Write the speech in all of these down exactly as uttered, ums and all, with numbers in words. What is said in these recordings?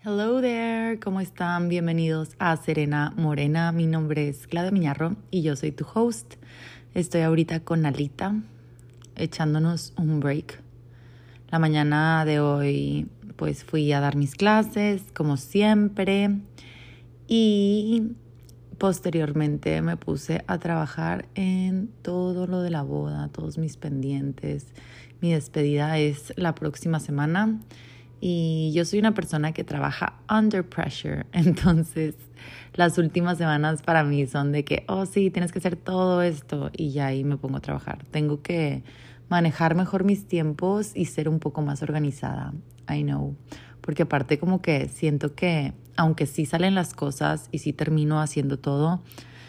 Hello there, ¿cómo están? Bienvenidos a Serena Morena. Mi nombre es Claudia Miñarro y yo soy tu host. Estoy ahorita con Alita, echándonos un break. La mañana de hoy pues fui a dar mis clases, como siempre, y posteriormente me puse a trabajar en todo lo de la boda, todos mis pendientes. Mi despedida es la próxima semana. Y yo soy una persona que trabaja under pressure, entonces las últimas semanas para mí son de que, oh sí, tienes que hacer todo esto y ya ahí me pongo a trabajar. Tengo que manejar mejor mis tiempos y ser un poco más organizada, I know, porque aparte como que siento que aunque sí salen las cosas y sí termino haciendo todo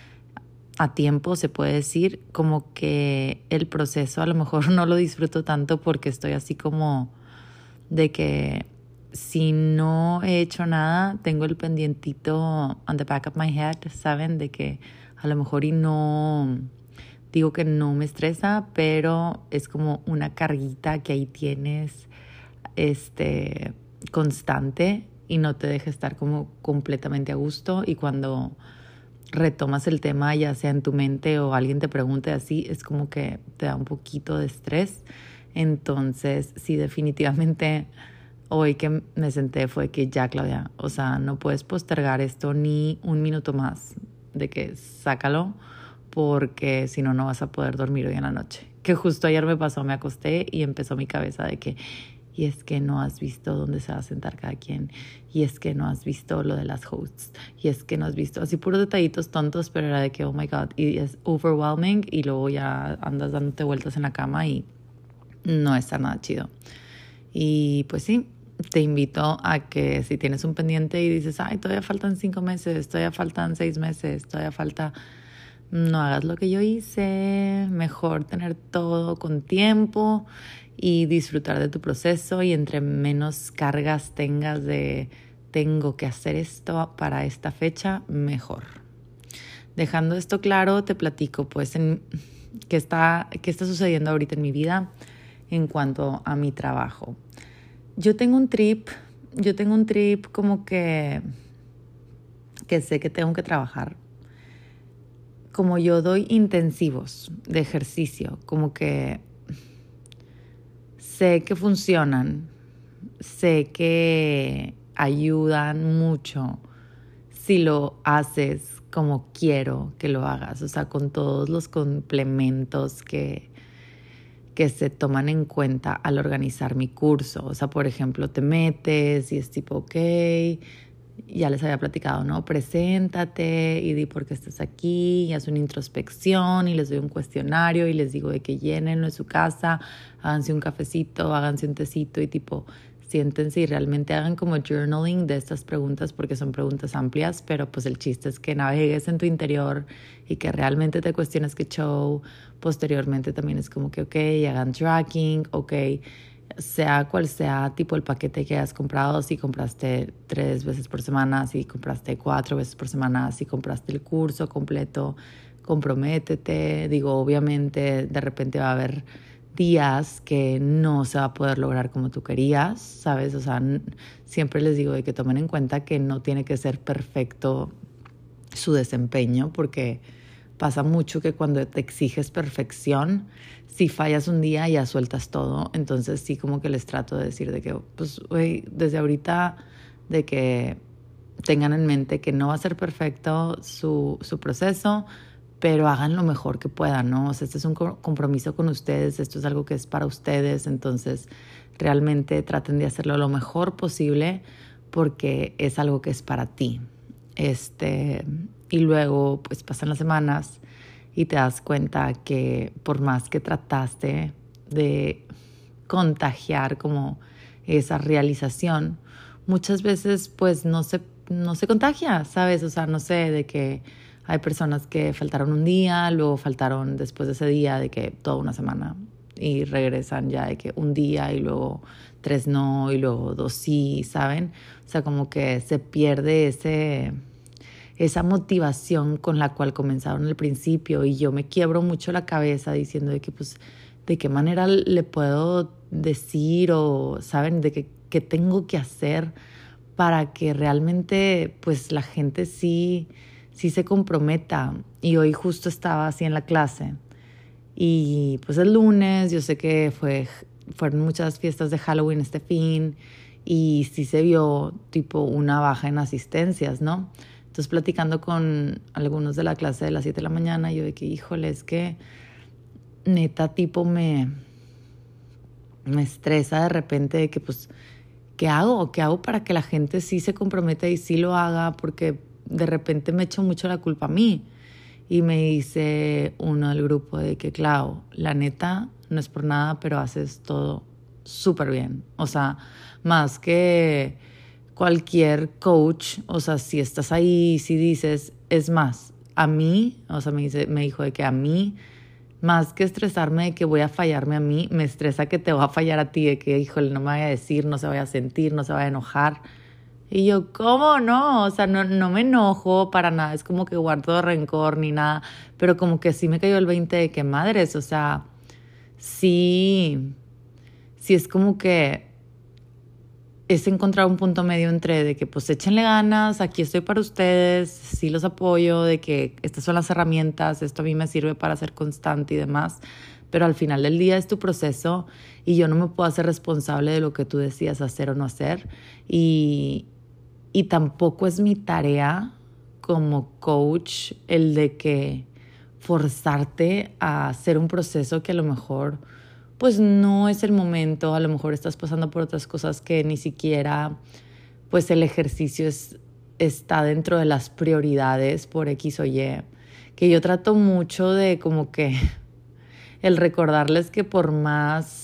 a tiempo, se puede decir, como que el proceso a lo mejor no lo disfruto tanto porque estoy así como de que si no he hecho nada, tengo el pendientito on the back of my head, ¿saben? De que a lo mejor y no, digo que no me estresa, pero es como una carguita que ahí tienes este, constante y no te deja estar como completamente a gusto. Y cuando retomas el tema, ya sea en tu mente o alguien te pregunte así, es como que te da un poquito de estrés. Entonces, sí, definitivamente hoy que me senté fue que ya, Claudia, o sea, no puedes postergar esto ni un minuto más, de que sácalo, porque si no, no vas a poder dormir hoy en la noche. Que justo ayer me pasó, me acosté y empezó mi cabeza de que, y es que no has visto dónde se va a sentar cada quien, y es que no has visto lo de las hosts, y es que no has visto, así puros detallitos tontos, pero era de que, oh my God, y es overwhelming, y luego ya andas dándote vueltas en la cama y no está nada chido. Y pues sí, te invito a que si tienes un pendiente y dices, ay, todavía faltan cinco meses, todavía faltan seis meses, todavía falta, no hagas lo que yo hice. Mejor tener todo con tiempo y disfrutar de tu proceso, y entre menos cargas tengas de tengo que hacer esto para esta fecha, mejor. Dejando esto claro, te platico pues en qué está, qué está sucediendo ahorita en mi vida en cuanto a mi trabajo. Yo tengo un trip, yo tengo un trip como que, que sé que tengo que trabajar. Como yo doy intensivos de ejercicio, como que sé que funcionan, sé que ayudan mucho si lo haces como quiero que lo hagas, o sea, con todos los complementos que que se toman en cuenta al organizar mi curso. O sea, por ejemplo, te metes y es tipo, ok, ya les había platicado, ¿no? Preséntate y di por qué estás aquí, y haz una introspección y les doy un cuestionario y les digo de que llénenlo en su casa, háganse un cafecito, háganse un tecito y tipo, siéntense y realmente hagan como journaling de estas preguntas, porque son preguntas amplias, pero pues el chiste es que navegues en tu interior y que realmente te cuestiones qué show. Posteriormente también es como que, ok, hagan tracking, ok, sea cual sea tipo el paquete que hayas comprado, si compraste tres veces por semana, si compraste cuatro veces por semana, si compraste el curso completo, comprométete. Digo, obviamente de repente va a haber días que no se va a poder lograr como tú querías, ¿sabes? O sea, n- siempre les digo de que tomen en cuenta que no tiene que ser perfecto su desempeño, porque pasa mucho que cuando te exiges perfección, si fallas un día ya sueltas todo. Entonces sí, como que les trato de decir de que, pues, güey, desde ahorita, de que tengan en mente que no va a ser perfecto su, su proceso, pero hagan lo mejor que puedan, ¿no? O sea, este es un compromiso con ustedes, esto es algo que es para ustedes, entonces realmente traten de hacerlo lo mejor posible porque es algo que es para ti. Este, y luego pues pasan las semanas y te das cuenta que por más que trataste de contagiar como esa realización, muchas veces pues no se, no se contagia, ¿sabes? O sea, no sé, de que hay personas que faltaron un día, luego faltaron después de ese día de que toda una semana y regresan ya de que un día y luego tres no y luego dos sí, ¿saben? O sea, como que se pierde ese, esa motivación con la cual comenzaron al principio, y yo me quiebro mucho la cabeza diciendo de que pues de qué manera le puedo decir o, ¿saben? De que, qué tengo que hacer para que realmente pues la gente sí, sí se comprometa. Y hoy justo estaba así en la clase y pues el lunes, yo sé que fue, fueron muchas fiestas de Halloween este fin y sí se vio tipo una baja en asistencias, ¿no? Entonces platicando con algunos de la clase de las siete de la mañana, yo de que híjole, es que neta tipo me, me estresa de repente de que pues, ¿qué hago? ¿Qué hago para que la gente sí se comprometa y sí lo haga? Porque de repente me echo mucho la culpa a mí. Y me dice uno del grupo de que, claro, la neta, no es por nada, pero haces todo súper bien. O sea, más que cualquier coach, o sea, si estás ahí, si dices, es más, a mí, o sea, me, dice, me dijo de que a mí, más que estresarme de que voy a fallarme a mí, me estresa que te va a fallar a ti, de que, híjole, no me vaya a decir, no se vaya a sentir, no se vaya a enojar. Y yo, ¿cómo no? O sea, no, no me enojo para nada, es como que guardo rencor ni nada, pero como que sí me cayó el veinte de que madres, o sea, sí, sí es como que es encontrar un punto medio entre de que pues échenle ganas, aquí estoy para ustedes, sí los apoyo, de que estas son las herramientas, esto a mí me sirve para ser constante y demás, pero al final del día es tu proceso y yo no me puedo hacer responsable de lo que tú decidas hacer o no hacer y... Y tampoco es mi tarea como coach el de que forzarte a hacer un proceso que a lo mejor pues no es el momento, a lo mejor estás pasando por otras cosas que ni siquiera pues el ejercicio es, está dentro de las prioridades por X o Y. Que yo trato mucho de como que el recordarles que por más...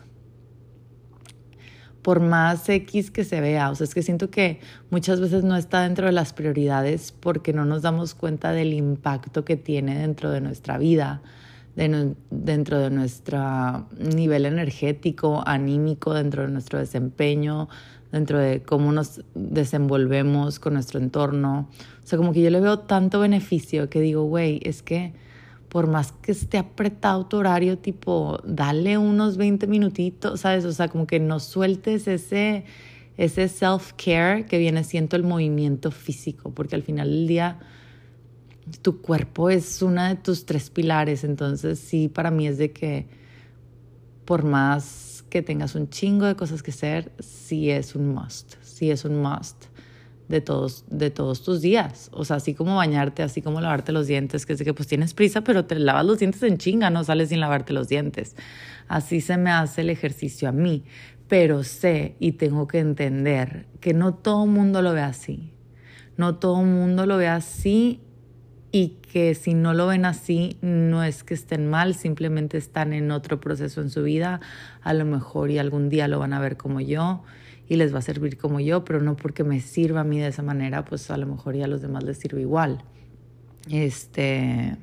por más X que se vea, o sea, es que siento que muchas veces no está dentro de las prioridades porque no nos damos cuenta del impacto que tiene dentro de nuestra vida, de no, dentro de nuestro nivel energético, anímico, dentro de nuestro desempeño, dentro de cómo nos desenvolvemos con nuestro entorno. O sea, como que yo le veo tanto beneficio que digo, güey, es que por más que esté apretado tu horario, tipo, dale unos veinte minutitos, ¿sabes? O sea, como que no sueltes ese, ese self-care que viene siendo el movimiento físico, porque al final del día tu cuerpo es una de tus tres pilares. Entonces, sí, para mí es de que por más que tengas un chingo de cosas que hacer, sí es un must, sí es un must. De todos, de todos tus días. O sea, así como bañarte, así como lavarte los dientes, que es de que pues tienes prisa, pero te lavas los dientes en chinga, no sales sin lavarte los dientes. Así se me hace el ejercicio a mí. Pero sé y tengo que entender que no todo el mundo lo ve así. No todo el mundo lo ve así y que si no lo ven así, no es que estén mal, simplemente están en otro proceso en su vida. A lo mejor y algún día lo van a ver como yo y les va a servir como yo, pero no porque me sirva a mí de esa manera, pues a lo mejor ya a los demás les sirve igual. Este,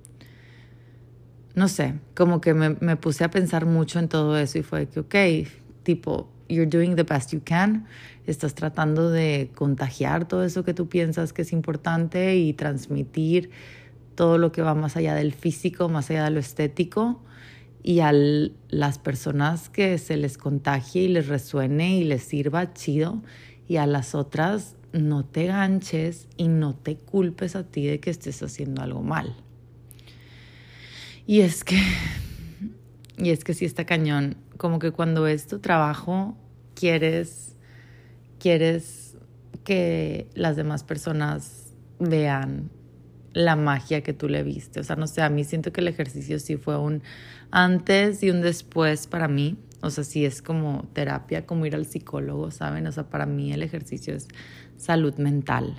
no sé, como que me, me puse a pensar mucho en todo eso y fue que, ok, tipo, you're doing the best you can, estás tratando de contagiar todo eso que tú piensas que es importante y transmitir todo lo que va más allá del físico, más allá de lo estético, y a las personas que se les contagie y les resuene y les sirva, chido. Y a las otras, no te ganches y no te culpes a ti de que estés haciendo algo mal. Y es que, y es que sí está cañón. Como que cuando es tu trabajo, quieres, quieres que las demás personas vean la magia que tú le viste. O sea, no sé, a mí siento que el ejercicio sí fue un antes y un después para mí. O sea, sí es como terapia, como ir al psicólogo, ¿saben? O sea, para mí el ejercicio es salud mental.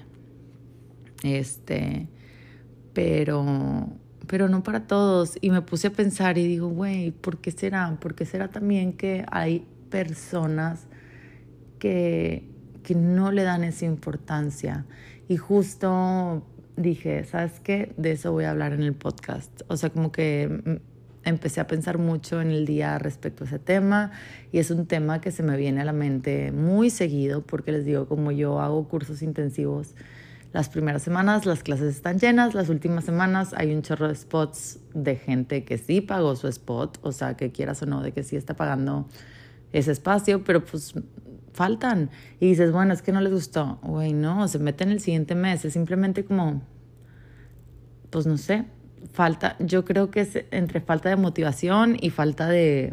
Este, pero, pero no para todos. Y me puse a pensar y digo, güey, ¿por qué será? ¿Por qué será también que hay personas que, que no le dan esa importancia? Y justo dije, ¿sabes qué? De eso voy a hablar en el podcast. O sea, como que empecé a pensar mucho en el día respecto a ese tema y es un tema que se me viene a la mente muy seguido porque les digo, como yo hago cursos intensivos, las primeras semanas las clases están llenas, las últimas semanas hay un chorro de spots de gente que sí pagó su spot, o sea, que quieras o no, de que sí está pagando ese espacio, pero pues faltan. Y dices, bueno, es que no les gustó. Güey, no, se meten el siguiente mes. Es simplemente como, pues no sé, falta, yo creo que es entre falta de motivación y falta de,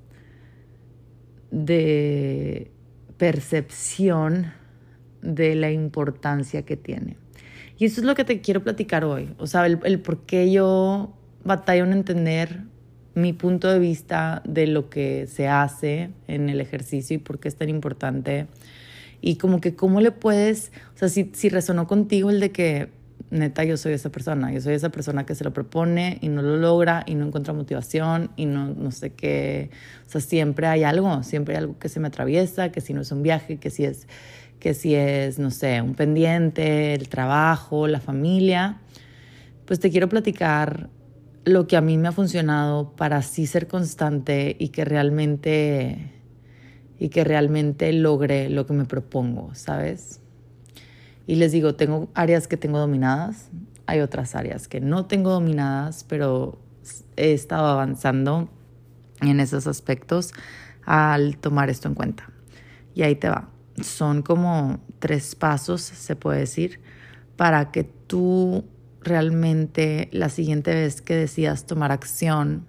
de percepción de la importancia que tiene. Y eso es lo que te quiero platicar hoy. O sea, el, el por qué yo batallo en entender mi punto de vista de lo que se hace en el ejercicio y por qué es tan importante. Y como que cómo le puedes, o sea, si, si resonó contigo el de que, neta, yo soy esa persona, yo soy esa persona que se lo propone y no lo logra y no encuentra motivación y no, no sé qué, o sea, siempre hay algo, siempre hay algo que se me atraviesa, que si no es un viaje, que si es, que si es, no sé, un pendiente, el trabajo, la familia, pues te quiero platicar lo que a mí me ha funcionado para así ser constante y que realmente, y que realmente logre lo que me propongo, ¿sabes? Y les digo, tengo áreas que tengo dominadas, hay otras áreas que no tengo dominadas, pero he estado avanzando en esos aspectos al tomar esto en cuenta. Y ahí te va. Son como tres pasos, se puede decir, para que tú realmente la siguiente vez que decidas tomar acción,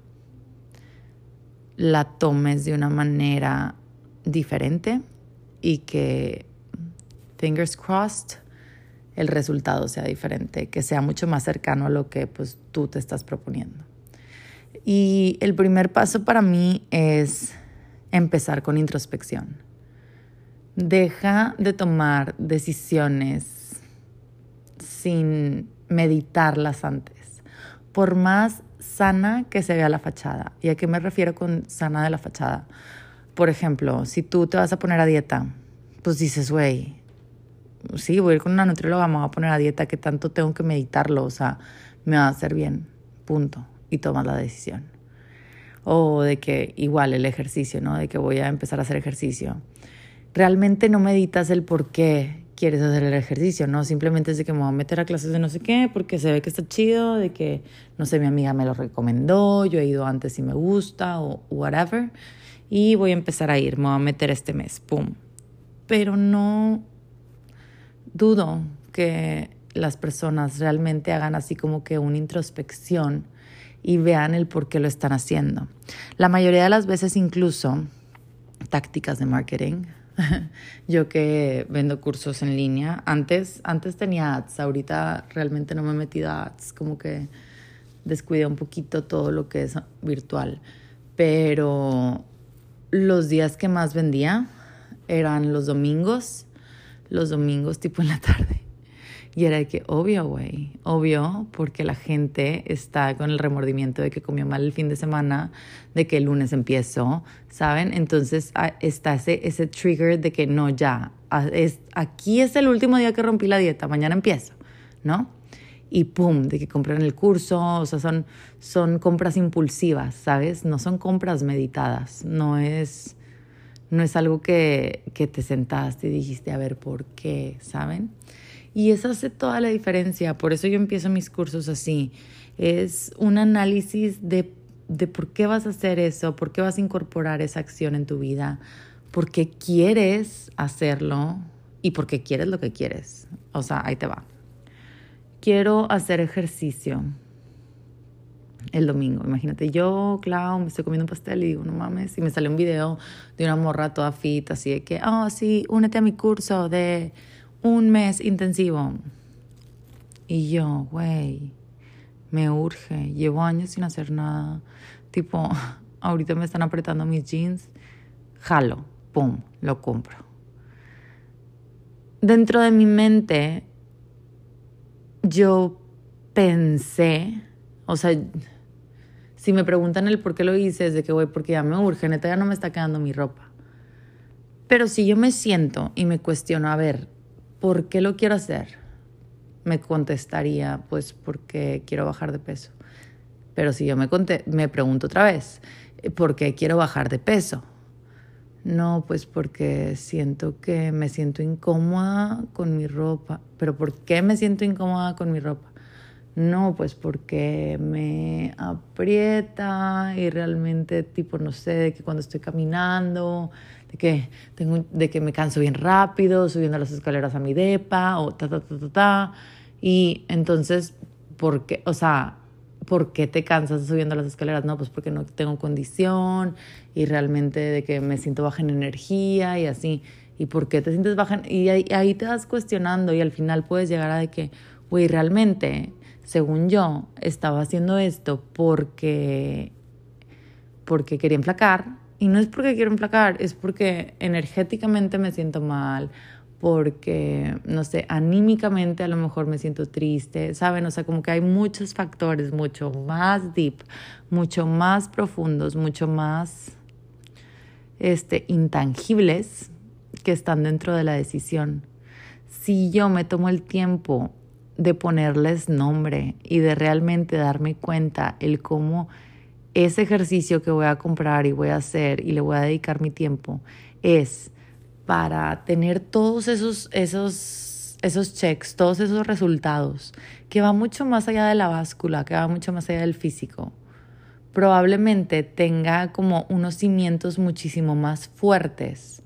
la tomes de una manera diferente y que, fingers crossed, el resultado sea diferente, que sea mucho más cercano a lo que pues, tú te estás proponiendo. Y el primer paso para mí es empezar con introspección. Deja de tomar decisiones sin meditarlas antes, por más sana que se vea la fachada. ¿Y a qué me refiero con sana de la fachada? Por ejemplo, si tú te vas a poner a dieta, pues dices, güey, sí, voy a ir con una nutrióloga, me voy a poner a dieta, ¿qué tanto tengo que meditarlo? O sea, me va a hacer bien, punto. Y tomas la decisión. O de que igual el ejercicio, ¿no? De que voy a empezar a hacer ejercicio. Realmente no meditas el por qué quieres hacer el ejercicio, ¿no? Simplemente es de que me voy a meter a clases de no sé qué, porque se ve que está chido, de que, no sé, mi amiga me lo recomendó, yo he ido antes y me gusta, o whatever, y voy a empezar a ir, me voy a meter este mes, pum. Pero no dudo que las personas realmente hagan así como que una introspección y vean el por qué lo están haciendo. La mayoría de las veces incluso tácticas de marketing. Yo que vendo cursos en línea, antes, antes tenía ads, ahorita realmente no me he metido a ads, como que descuidé un poquito todo lo que es virtual, pero los días que más vendía eran los domingos, los domingos tipo en la tarde. Y era de que obvio, güey, obvio, porque la gente está con el remordimiento de que comió mal el fin de semana, de que el lunes empiezo, ¿saben? Entonces está ese, ese trigger de que no, ya, es, aquí es el último día que rompí la dieta, mañana empiezo, ¿no? Y pum, de que compran el curso, o sea, son, son compras impulsivas, ¿sabes? No son compras meditadas, no es, no es algo que, que te sentaste y dijiste, a ver, ¿por qué? ¿Saben? Y eso hace toda la diferencia, por eso yo empiezo mis cursos así. Es un análisis de, de por qué vas a hacer eso, por qué vas a incorporar esa acción en tu vida, por qué quieres hacerlo y por qué quieres lo que quieres. O sea, ahí te va. Quiero hacer ejercicio el domingo. Imagínate, yo, Clau, me estoy comiendo un pastel y digo, no mames, y me sale un video de una morra toda fit, así de que, oh, sí, únete a mi curso de un mes intensivo. Y yo, güey, me urge. Llevo años sin hacer nada. Tipo, ahorita me están apretando mis jeans. Jalo, pum, lo compro. Dentro de mi mente, yo pensé, o sea, si me preguntan el por qué lo hice, es de que, güey, porque ya me urge, neta, ya no me está quedando mi ropa. Pero si yo me siento y me cuestiono, a ver, ¿por qué lo quiero hacer? Me contestaría, pues porque quiero bajar de peso. Pero si yo me, conté, me pregunto otra vez, ¿por qué quiero bajar de peso? No, pues porque siento que me siento incómoda con mi ropa. ¿Pero por qué me siento incómoda con mi ropa? No, pues porque me aprieta y realmente, tipo, no sé, de que cuando estoy caminando, de que, tengo, de que me canso bien rápido, subiendo las escaleras a mi depa, o ta, ta, ta, ta, ta. Y entonces, ¿por qué? O sea, ¿por qué te cansas subiendo las escaleras? No, pues porque no tengo condición y realmente de que me siento baja en energía y así. ¿Y por qué te sientes baja? Y ahí, ahí te vas cuestionando y al final puedes llegar a de que, güey, realmente según yo, estaba haciendo esto porque, porque quería enflacar. Y no es porque quiero enflacar, es porque energéticamente me siento mal, porque, no sé, anímicamente a lo mejor me siento triste, ¿saben? O sea, como que hay muchos factores mucho más deep, mucho más profundos, mucho más este, intangibles que están dentro de la decisión. Si yo me tomo el tiempo de ponerles nombre y de realmente darme cuenta el cómo ese ejercicio que voy a comprar y voy a hacer y le voy a dedicar mi tiempo es para tener todos esos, esos, esos checks, todos esos resultados, que va mucho más allá de la báscula, que va mucho más allá del físico, probablemente tenga como unos cimientos muchísimo más fuertes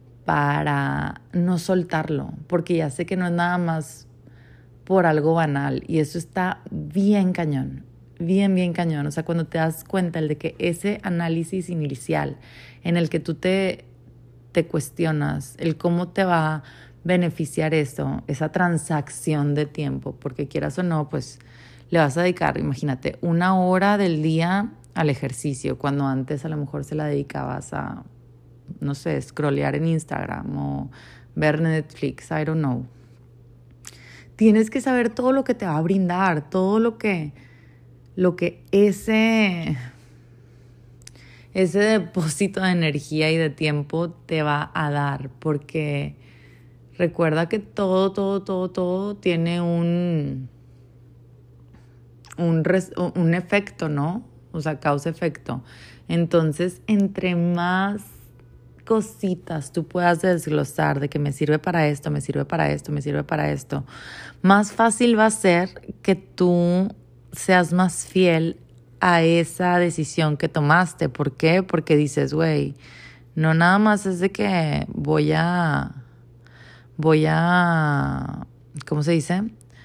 para no soltarlo, porque ya sé que no es nada más por algo banal y eso está bien cañón, bien, bien cañón. O sea, cuando te das cuenta el de que ese análisis inicial en el que tú te, te cuestionas el cómo te va a beneficiar eso, esa transacción de tiempo, porque quieras o no, pues le vas a dedicar, imagínate, una hora del día al ejercicio, cuando antes a lo mejor se la dedicabas a, no sé, scrollear en Instagram o ver Netflix, I don't know. Tienes que saber todo lo que te va a brindar, todo lo que, lo que ese, ese depósito de energía y de tiempo te va a dar, porque recuerda que todo, todo, todo, todo tiene un, un, res, un efecto, ¿no? O sea, causa-efecto. Entonces, entre más cositas tú puedas desglosar de que me sirve para esto, me sirve para esto, me sirve para esto, más fácil va a ser que tú seas más fiel a esa decisión que tomaste. ¿Por qué? Porque dices, güey, no nada más es de que voy a, voy a, ¿cómo se dice?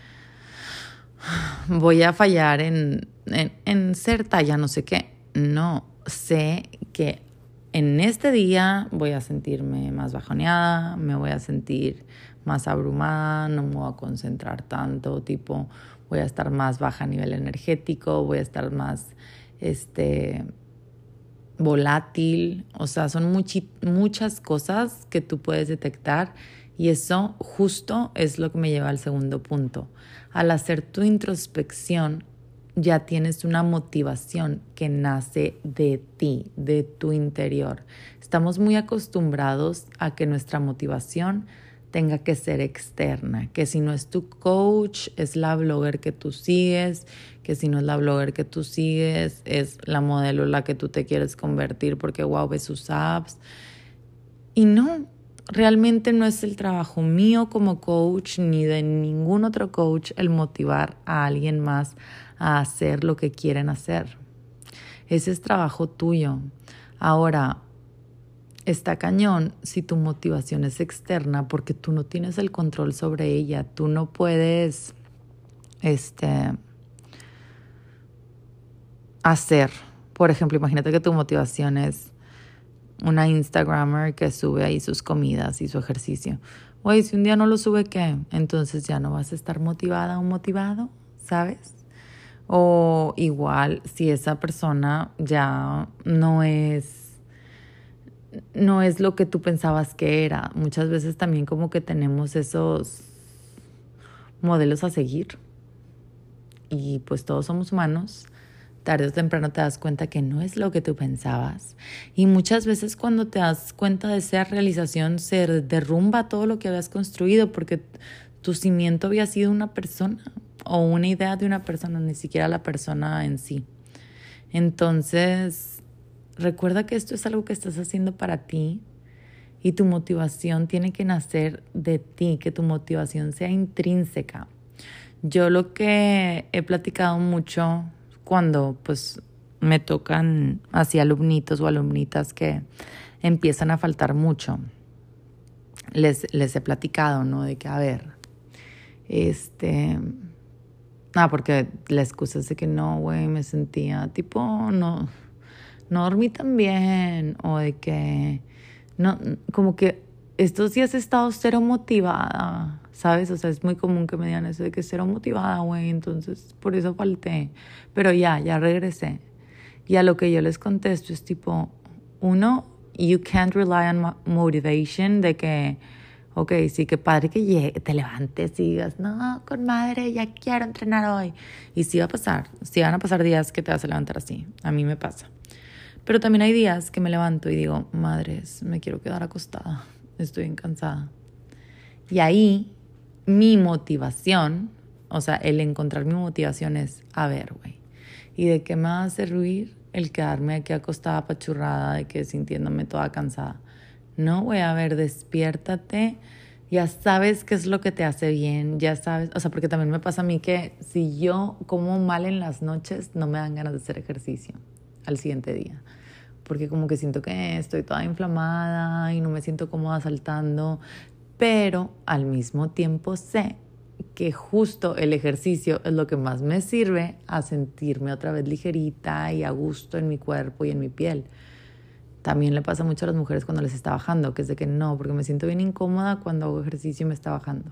Voy a fallar en, en, en ser talla, no sé qué. No, sé que en este día voy a sentirme más bajoneada, me voy a sentir más abrumada, no me voy a concentrar tanto, tipo, voy a estar más baja a nivel energético, voy a estar más, este, volátil. O sea, son muchi- muchas cosas que tú puedes detectar y eso justo es lo que me lleva al segundo punto. Al hacer tu introspección, ya tienes una motivación que nace de ti, de tu interior. Estamos muy acostumbrados a que nuestra motivación tenga que ser externa, que si no es tu coach, es la blogger que tú sigues, que si no es la blogger que tú sigues, es la modelo en la que tú te quieres convertir porque wow, ves sus apps. Y no, realmente no es el trabajo mío como coach ni de ningún otro coach el motivar a alguien más a hacer lo que quieren hacer. Ese es trabajo tuyo. Ahora, está cañón si tu motivación es externa porque tú no tienes el control sobre ella. Tú no puedes este, hacer. Por ejemplo, imagínate que tu motivación es una Instagrammer que sube ahí sus comidas y su ejercicio. Güey, si un día no lo sube, ¿qué? Entonces ya no vas a estar motivada o motivado, ¿sabes? O igual si esa persona ya no es, no es lo que tú pensabas que era. Muchas veces también como que tenemos esos modelos a seguir y pues todos somos humanos. Tarde o temprano te das cuenta que no es lo que tú pensabas. Y muchas veces cuando te das cuenta de esa realización se derrumba todo lo que habías construido porque tu cimiento había sido una persona o una idea de una persona, ni siquiera la persona en sí. Entonces, recuerda que esto es algo que estás haciendo para ti y tu motivación tiene que nacer de ti, que tu motivación sea intrínseca. Yo lo que he platicado mucho cuando pues me tocan así alumnitos o alumnitas que empiezan a faltar mucho, les, les he platicado, ¿no? De que, a ver, este... Ah, porque la excusa es de que no, güey, me sentía tipo, no, no dormí tan bien, o de que, no, como que estos días he estado cero motivada, ¿sabes? O sea, es muy común que me digan eso de que cero motivada, güey, entonces por eso falté. Pero ya, ya regresé. Y a lo que yo les contesto es tipo, uno, you can't rely on mo- motivation, de que, ok, sí, que padre que llegue, te levantes y digas, no, con madre, ya quiero entrenar hoy. Y sí va a pasar, sí van a pasar días que te vas a levantar así, a mí me pasa. Pero también hay días que me levanto y digo, madres, me quiero quedar acostada, estoy bien cansada. Y ahí mi motivación, o sea, el encontrar mi motivación es, a ver, güey, ¿y de qué me va a servir el quedarme aquí acostada apachurrada, de que sintiéndome toda cansada? No, güey, a ver, despiértate, ya sabes qué es lo que te hace bien, ya sabes, o sea, porque también me pasa a mí que si yo como mal en las noches, no me dan ganas de hacer ejercicio al siguiente día, porque como que siento que estoy toda inflamada y no me siento cómoda saltando, pero al mismo tiempo sé que justo el ejercicio es lo que más me sirve a sentirme otra vez ligerita y a gusto en mi cuerpo y en mi piel. También le pasa mucho a las mujeres cuando les está bajando, que es de que no, porque me siento bien incómoda cuando hago ejercicio y me está bajando.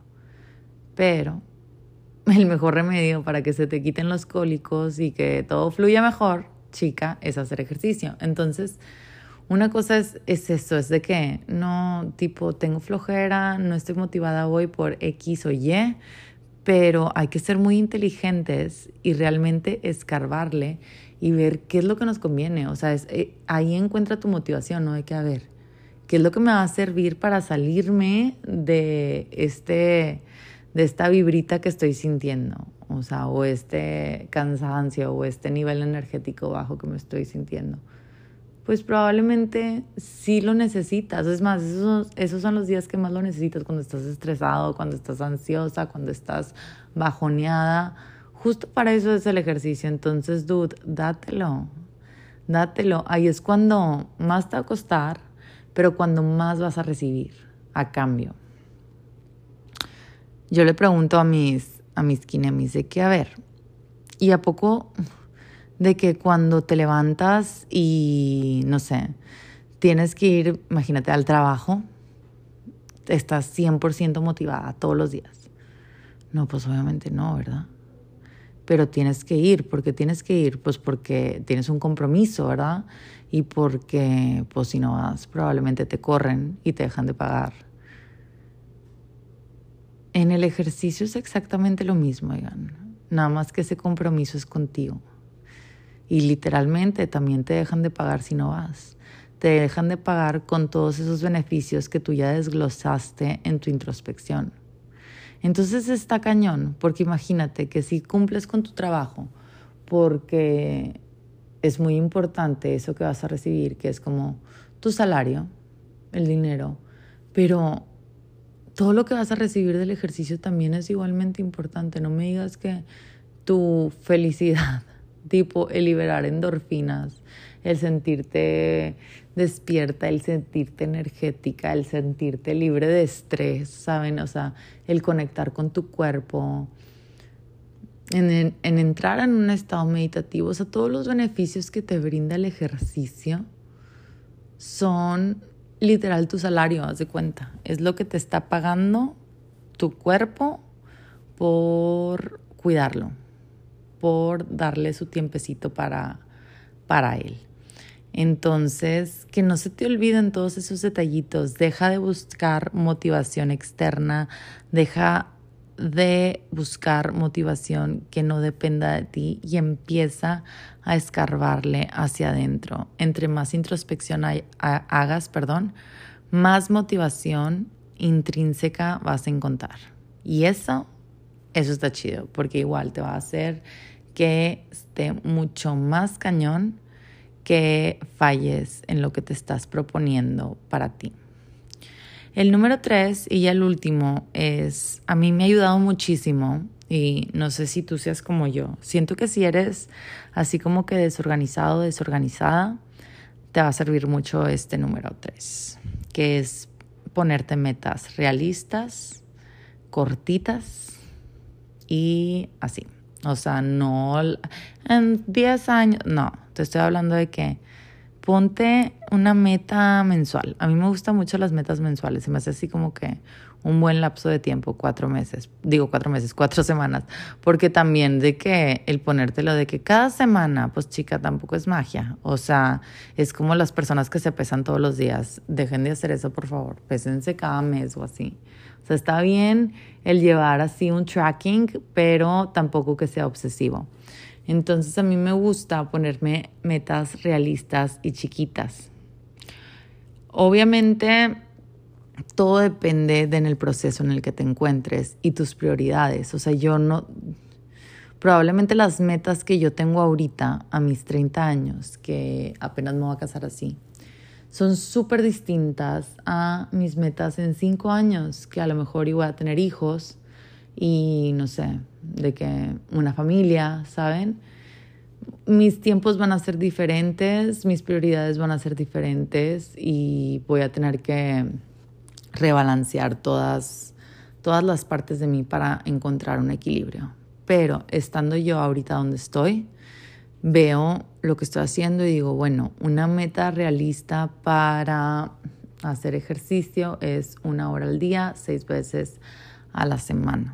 Pero el mejor remedio para que se te quiten los cólicos y que todo fluya mejor, chica, es hacer ejercicio. Entonces, una cosa es, es eso, es de que no, tipo, tengo flojera, no estoy motivada hoy por X o Y, pero hay que ser muy inteligentes y realmente escarbarle y ver qué es lo que nos conviene. O sea, es, eh, ahí encuentra tu motivación, ¿no? Hay que, a ver, ¿qué es lo que me va a servir para salirme de, este, de esta vibrita que estoy sintiendo? O sea, o este cansancio o este nivel energético bajo que me estoy sintiendo. Pues probablemente sí lo necesitas. Es más, esos, esos son los días que más lo necesitas, cuando estás estresado, cuando estás ansiosa, cuando estás bajoneada. Justo para eso es el ejercicio. Entonces, dude, dátelo, dátelo. Ahí es cuando más te va a costar, pero cuando más vas a recibir a cambio. Yo le pregunto a mis, a mis kinemis de que, a ver, ¿y a poco de que cuando te levantas y, no sé, tienes que ir, imagínate, al trabajo, estás cien por ciento motivada todos los días? No, pues obviamente no, ¿verdad? Pero tienes que ir. ¿Por qué tienes que ir? Pues porque tienes un compromiso, ¿verdad? Y porque, pues si no vas, probablemente te corren y te dejan de pagar. En el ejercicio es exactamente lo mismo, oigan. Nada más que ese compromiso es contigo. Y literalmente también te dejan de pagar si no vas. Te dejan de pagar con todos esos beneficios que tú ya desglosaste en tu introspección. Entonces está cañón, porque imagínate que si cumples con tu trabajo, porque es muy importante eso que vas a recibir, que es como tu salario, el dinero, pero todo lo que vas a recibir del ejercicio también es igualmente importante. No me digas que tu felicidad, tipo el liberar endorfinas, el sentirte despierta, el sentirte energética, el sentirte libre de estrés, ¿saben? O sea, el conectar con tu cuerpo, en, en, en entrar en un estado meditativo. O sea, todos los beneficios que te brinda el ejercicio son literal tu salario, haz de cuenta. Es lo que te está pagando tu cuerpo por cuidarlo, por darle su tiempecito para, para él. Entonces, que no se te olviden todos esos detallitos. Deja de buscar motivación externa, deja de buscar motivación que no dependa de ti y empieza a escarbarle hacia adentro. Entre más introspección hay, ha, hagas, perdón, más motivación intrínseca vas a encontrar. Y eso, eso está chido, porque igual te va a hacer que esté mucho más cañón que falles en lo que te estás proponiendo para ti. El número tres, y ya el último, es, a mí me ha ayudado muchísimo Y no sé si tú seas como yo. Siento que si eres así como que desorganizado, desorganizada, te va a servir mucho este número tres, que es ponerte metas realistas, cortitas y así. O sea, no en diez años, no, te estoy hablando de que ponte una meta mensual. A mí me gustan mucho las metas mensuales. Se me hace así como que un buen lapso de tiempo, cuatro meses. Digo cuatro meses, cuatro semanas. Porque también de que el ponértelo de que cada semana, pues chica, tampoco es magia. O sea, es como las personas que se pesan todos los días. Dejen de hacer eso, por favor. Pésense cada mes o así. O sea, está bien el llevar así un tracking, pero tampoco que sea obsesivo. Entonces a mí me gusta ponerme metas realistas y chiquitas. Obviamente todo depende de en el proceso en el que te encuentres y tus prioridades. O sea, yo no... Probablemente las metas que yo tengo ahorita a mis treinta años, que apenas me voy a casar así, son súper distintas a mis metas en cinco años, que a lo mejor iba a tener hijos y no sé, de que una familia, ¿saben? Mis tiempos van a ser diferentes, mis prioridades van a ser diferentes y voy a tener que rebalancear todas, todas las partes de mí para encontrar un equilibrio. Pero estando yo ahorita donde estoy, veo lo que estoy haciendo y digo, bueno, una meta realista para hacer ejercicio es una hora al día, seis veces a la semana.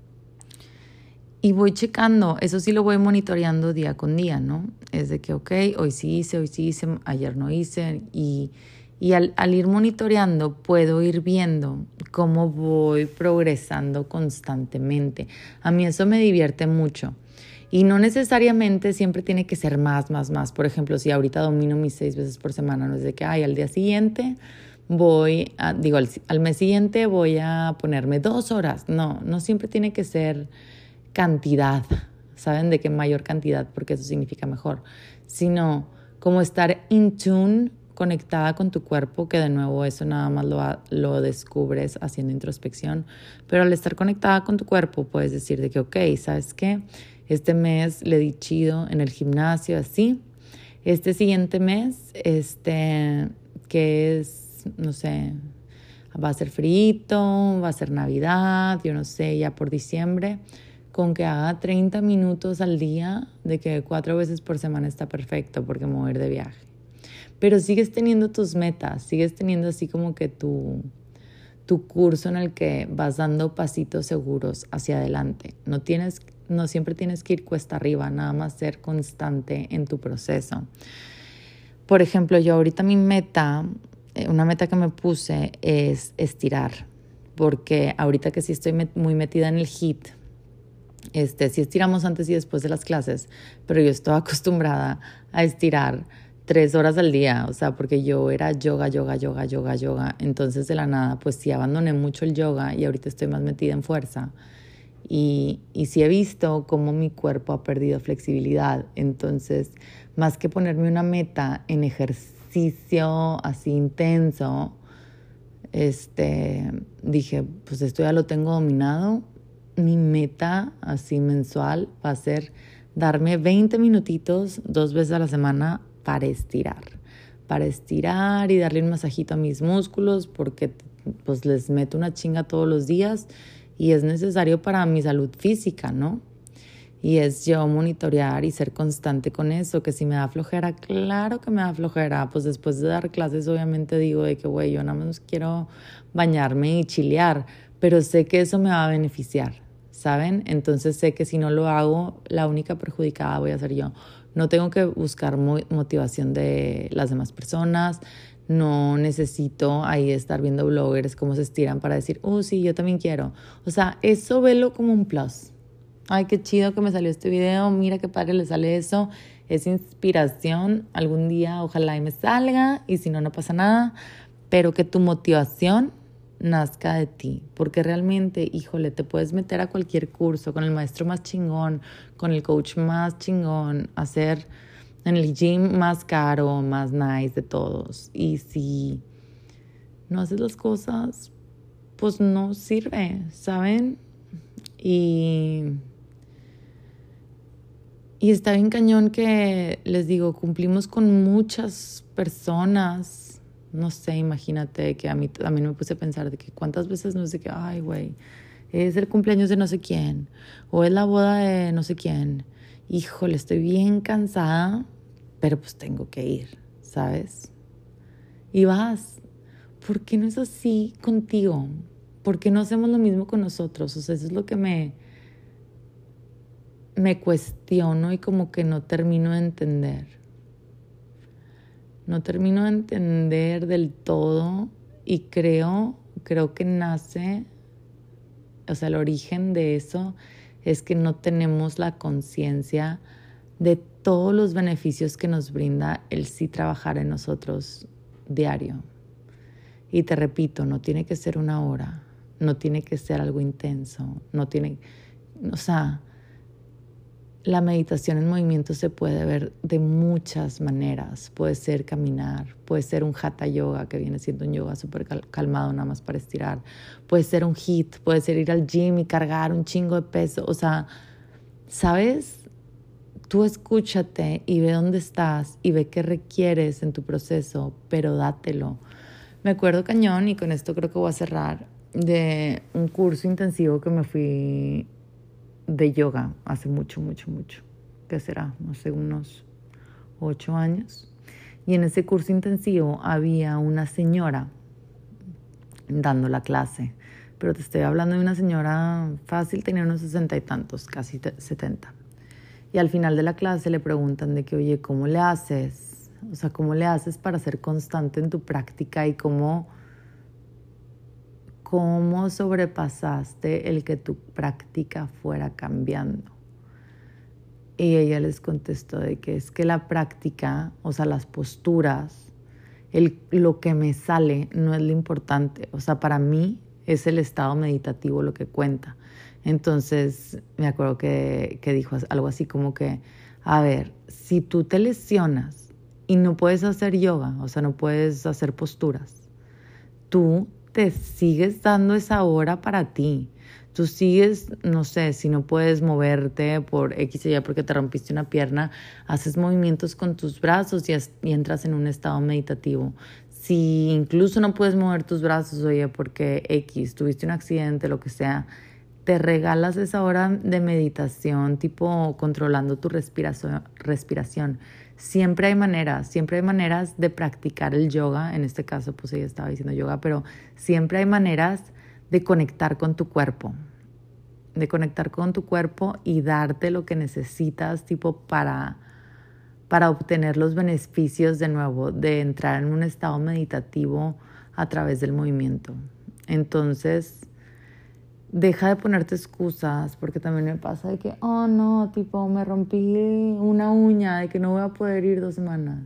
Y voy checando, eso sí lo voy monitoreando día con día, ¿no? Es de que, ok, hoy sí hice, hoy sí hice, ayer no hice. Y, y al, al ir monitoreando puedo ir viendo cómo voy progresando constantemente. A mí eso me divierte mucho. Y no necesariamente siempre tiene que ser más, más, más. Por ejemplo, si ahorita domino mis seis veces por semana, no es de que, ay, al día siguiente voy, a, digo, al, al mes siguiente voy a ponerme dos horas. No, no siempre tiene que ser cantidad, ¿saben? De qué mayor cantidad, porque eso significa mejor, sino como estar in tune, conectada con tu cuerpo, que de nuevo eso nada más lo, lo descubres haciendo introspección, pero al estar conectada con tu cuerpo puedes decir de que, ok, ¿sabes qué? Este mes le di chido en el gimnasio, así. Este siguiente mes, este, que es, no sé, va a ser frito, va a ser Navidad, yo no sé, ya por diciembre, con que haga treinta minutos al día, de que cuatro veces por semana está perfecto porque me voy a ir de viaje. Pero sigues teniendo tus metas, sigues teniendo así como que tu, tu curso en el que vas dando pasitos seguros hacia adelante. No tienes, no siempre tienes que ir cuesta arriba, nada más ser constante en tu proceso. Por ejemplo, yo ahorita mi meta, una meta que me puse es estirar, porque ahorita que sí estoy met- muy metida en el HIIT, Este, sí estiramos antes y después de las clases, pero yo estoy acostumbrada a estirar tres horas al día, o sea, porque yo era yoga, yoga, yoga, yoga, yoga. Entonces de la nada, pues sí abandoné mucho el yoga y ahorita estoy más metida en fuerza. Y, y sí he visto cómo mi cuerpo ha perdido flexibilidad. Entonces, más que ponerme una meta en ejercicio así intenso, este, dije, pues esto ya lo tengo dominado. Mi meta así mensual va a ser darme veinte minutitos dos veces a la semana para estirar. Para estirar y darle un masajito a mis músculos porque pues les meto una chinga todos los días y es necesario para mi salud física, ¿no? Y es yo monitorear y ser constante con eso, que si me da flojera, claro que me da flojera. Pues después de dar clases obviamente digo de que, güey, yo nada más quiero bañarme y chilear, pero sé que eso me va a beneficiar, ¿saben? Entonces sé que si no lo hago, la única perjudicada voy a ser yo. No tengo que buscar motivación de las demás personas, no necesito ahí estar viendo bloggers cómo se estiran para decir, oh, sí, yo también quiero. O sea, eso velo como un plus. Ay, qué chido que me salió este video, mira qué padre le sale eso, es inspiración, algún día ojalá y me salga y si no, no pasa nada, pero que tu motivación nazca de ti, porque realmente, híjole, te puedes meter a cualquier curso con el maestro más chingón, con el coach más chingón, hacer en el gym más caro, más nice de todos, y si no haces las cosas, pues no sirve, ¿saben? Y, y está bien cañón que, les digo, cumplimos con muchas personas. No sé, imagínate que a mí también me puse a pensar de que cuántas veces no sé qué, ay, güey, es el cumpleaños de no sé quién, o es la boda de no sé quién. Híjole, estoy bien cansada, pero pues tengo que ir, ¿sabes? Y vas. ¿Por qué no es así contigo? ¿Por qué no hacemos lo mismo con nosotros? O sea, eso es lo que me, me cuestiono y como que no termino de entender. No termino de entender del todo y creo, creo que nace, o sea, el origen de eso es que no tenemos la conciencia de todos los beneficios que nos brinda el sí trabajar en nosotros diario. Y te repito, no tiene que ser una hora, no tiene que ser algo intenso, no tiene, o sea, la meditación en movimiento se puede ver de muchas maneras. Puede ser caminar, puede ser un hatha yoga, que viene siendo un yoga súper cal- calmado nada más para estirar. Puede ser un hit, puede ser ir al gym y cargar un chingo de peso. O sea, ¿sabes? Tú escúchate y ve dónde estás y ve qué requieres en tu proceso, pero dátelo. Me acuerdo cañón, y con esto creo que voy a cerrar, de un curso intensivo que me fui de yoga hace mucho, mucho, mucho. ¿Qué será? No sé, unos ocho años. Y en ese curso intensivo había una señora dando la clase. Pero te estoy hablando de una señora fácil, tenía unos sesenta y tantos, casi setenta. Y al final de la clase le preguntan de que, oye, ¿cómo le haces? O sea, ¿cómo le haces para ser constante en tu práctica y cómo, cómo sobrepasaste el que tu práctica fuera cambiando? Y ella les contestó de que es que la práctica, o sea, las posturas, el, lo que me sale no es lo importante. O sea, para mí es el estado meditativo lo que cuenta. Entonces, me acuerdo que, que dijo algo así como que, a ver, si tú te lesionas y no puedes hacer yoga, o sea, no puedes hacer posturas, tú te sigues dando esa hora para ti. Tú sigues, no sé, si no puedes moverte por X o Y porque te rompiste una pierna, haces movimientos con tus brazos y, es, y entras en un estado meditativo. Si incluso no puedes mover tus brazos, oye, porque X, tuviste un accidente, lo que sea, te regalas esa hora de meditación, tipo controlando tu respiración, respiración. Siempre hay maneras, siempre hay maneras de practicar el yoga. En este caso, pues ella estaba diciendo yoga, pero siempre hay maneras de conectar con tu cuerpo, de conectar con tu cuerpo y darte lo que necesitas, tipo para, para obtener los beneficios de nuevo, de entrar en un estado meditativo a través del movimiento. Entonces, deja de ponerte excusas, porque también me pasa de que, oh no, tipo, me rompí una uña, de que no voy a poder ir dos semanas.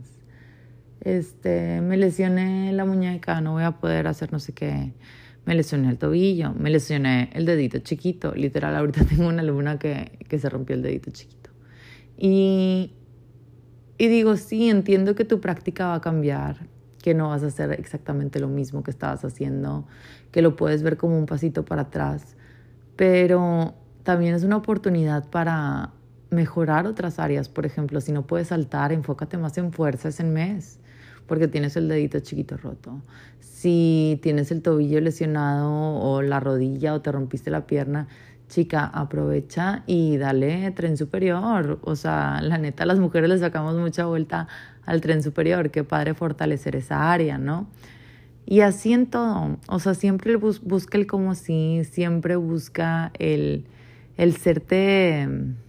Este, me lesioné la muñeca, no voy a poder hacer no sé qué. Me lesioné el tobillo, me lesioné el dedito chiquito. Literal, ahorita tengo una alumna que, que se rompió el dedito chiquito. Y, y digo, sí, entiendo que tu práctica va a cambiar, que no vas a hacer exactamente lo mismo que estabas haciendo, que lo puedes ver como un pasito para atrás, pero también es una oportunidad para mejorar otras áreas. Por ejemplo, si no puedes saltar, enfócate más en fuerza ese mes, porque tienes el dedito chiquito roto. Si tienes el tobillo lesionado o la rodilla o te rompiste la pierna, chica, aprovecha y dale tren superior. O sea, la neta, las mujeres le sacamos mucha vuelta al tren superior. Qué padre fortalecer esa área, ¿no? Y así en todo. O sea, siempre bus- busca el como sí, siempre busca el, el serte,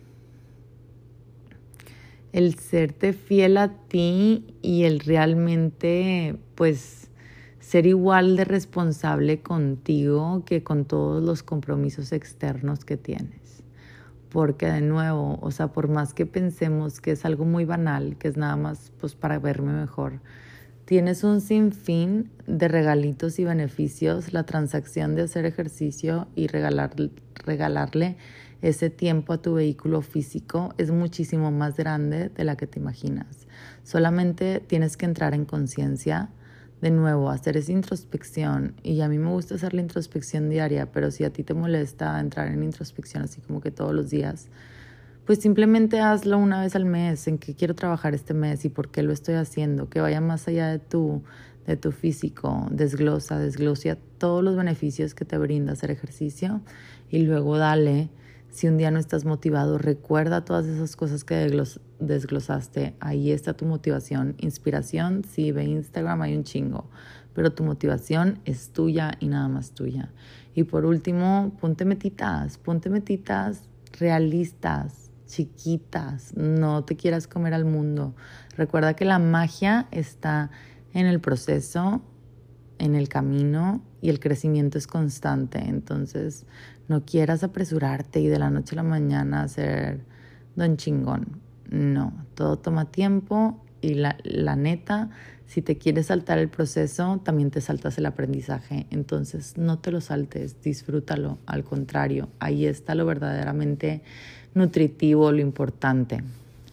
el serte fiel a ti y el realmente, pues, ser igual de responsable contigo que con todos los compromisos externos que tienes. Porque de nuevo, o sea, por más que pensemos que es algo muy banal, que es nada más pues para verme mejor, tienes un sinfín de regalitos y beneficios. La transacción de hacer ejercicio y regalar, regalarle ese tiempo a tu vehículo físico es muchísimo más grande de la que te imaginas. Solamente tienes que entrar en conciencia de nuevo, hacer esa introspección. Y a mí me gusta hacer la introspección diaria, pero si a ti te molesta entrar en introspección así como que todos los días, pues simplemente hazlo una vez al mes, en qué quiero trabajar este mes y por qué lo estoy haciendo, que vaya más allá de tu, de tu físico, desglosa, desglosa todos los beneficios que te brinda hacer ejercicio y luego dale. Si un día no estás motivado, recuerda todas esas cosas que desglos- desglosaste, ahí está tu motivación, inspiración, sí, ve Instagram, hay un chingo, pero tu motivación es tuya y nada más tuya. Y por último, ponte metitas, ponte metitas realistas, chiquitas, no te quieras comer al mundo. Recuerda que la magia está en el proceso, en el camino y el crecimiento es constante. Entonces, no quieras apresurarte y de la noche a la mañana ser don chingón. No, todo toma tiempo y la, la neta, si te quieres saltar el proceso, también te saltas el aprendizaje. Entonces, no te lo saltes, disfrútalo. Al contrario, ahí está lo verdaderamente nutritivo, lo importante.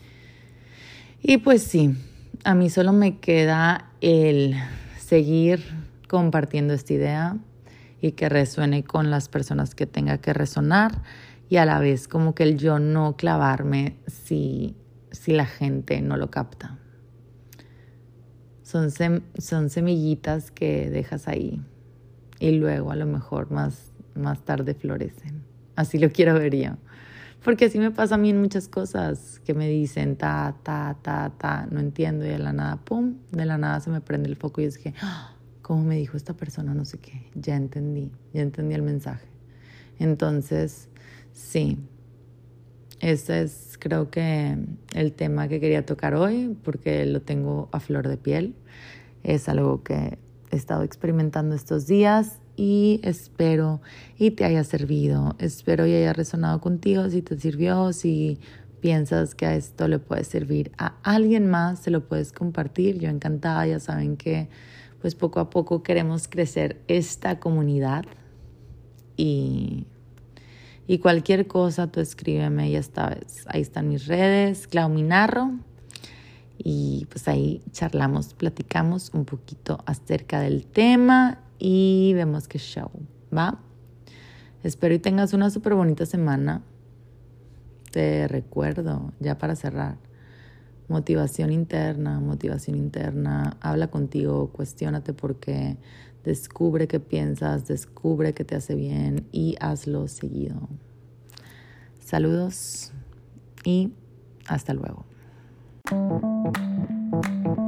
Y pues sí, a mí solo me queda el seguir compartiendo esta idea y que resuene con las personas que tenga que resonar y a la vez como que el yo no clavarme si, si la gente no lo capta. Son, sem- son semillitas que dejas ahí y luego a lo mejor más, más tarde florecen. Así lo quiero ver yo. Porque así me pasa a mí en muchas cosas que me dicen ta, ta, ta, ta, no entiendo y de la nada, pum, de la nada se me prende el foco y es que, ¡ah! ¿Cómo me dijo esta persona? No sé qué, ya entendí, ya entendí el mensaje. Entonces, sí, ese es creo que el tema que quería tocar hoy porque lo tengo a flor de piel. Es algo que he estado experimentando estos días y espero y te haya servido. Espero y haya resonado contigo. Si te sirvió, si piensas que a esto le puede servir a alguien más, se lo puedes compartir. Yo encantada, ya saben que pues poco a poco queremos crecer esta comunidad y, y cualquier cosa tú escríbeme, ya sabes, ahí están mis redes, Clau Minarro. Y pues ahí charlamos, platicamos un poquito acerca del tema y vemos qué show, ¿va? Espero y tengas una súper bonita semana. Te recuerdo, ya para cerrar, motivación interna, motivación interna. Habla contigo, cuestiónate por qué, descubre qué piensas, descubre qué te hace bien y hazlo seguido. Saludos y hasta luego. Thank you.